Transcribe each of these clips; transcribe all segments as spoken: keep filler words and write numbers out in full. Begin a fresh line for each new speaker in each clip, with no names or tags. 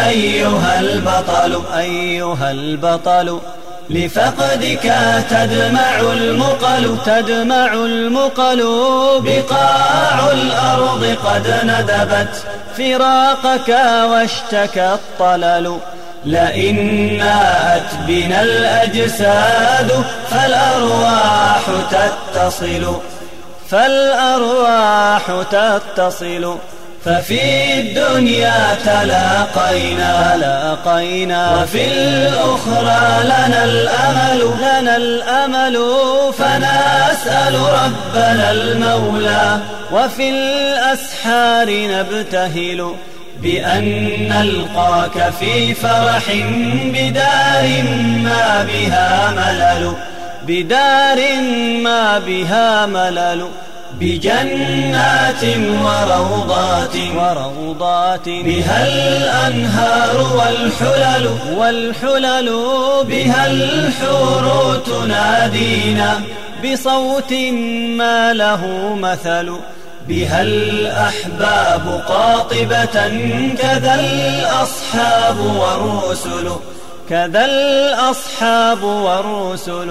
أيها البطل أيها البطل لفقدك تدمع المقل تدمع المقل بقاع الأرض قد ندبت فراقك واشتكى الطلل لئن ناءت بنا الأجساد فالأرواح تتصل فالأرواح تتصل ففي الدنيا تلاقينا تلاقينا وفي الأخرى لنا الأمل لنا الأمل فنسأل ربنا المولى وفي الأسحار نبتهل بأن نلقاك في فرح بدار ما بها ملل بدار ما بها ملل بجنات وروضات وروضات بها الأنهار والحلل والحلل بها الحور تنادينا بصوت ما له مثل بها الأحباب قاطبة كذا الأصحاب والرسل كذا الأصحاب والرسل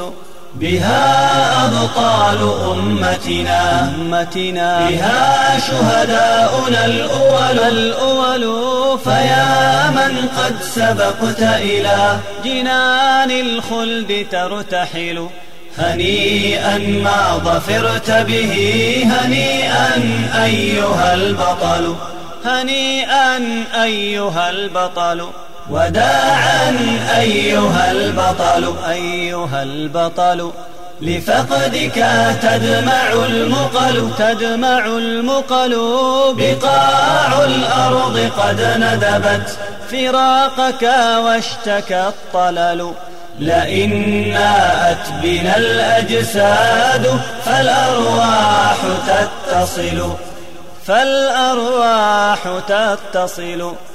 بها أبطال أمتنا أمتنا بها شهداؤنا الأول الأول فيا من قد سبقت إلى جنان الخلد ترتحل هنيئا ما ظفرت به هنيئا أيها البطل هنيئا أيها البطل وداعا أيها البطل أيها البطل لفقدك تدمع المقل تدمع المقل بقاع الأرض قد ندبت فراقك واشتكى الطلل لئن ناءت بنا الأجساد فالأرواح تتصل فالأرواح تتصل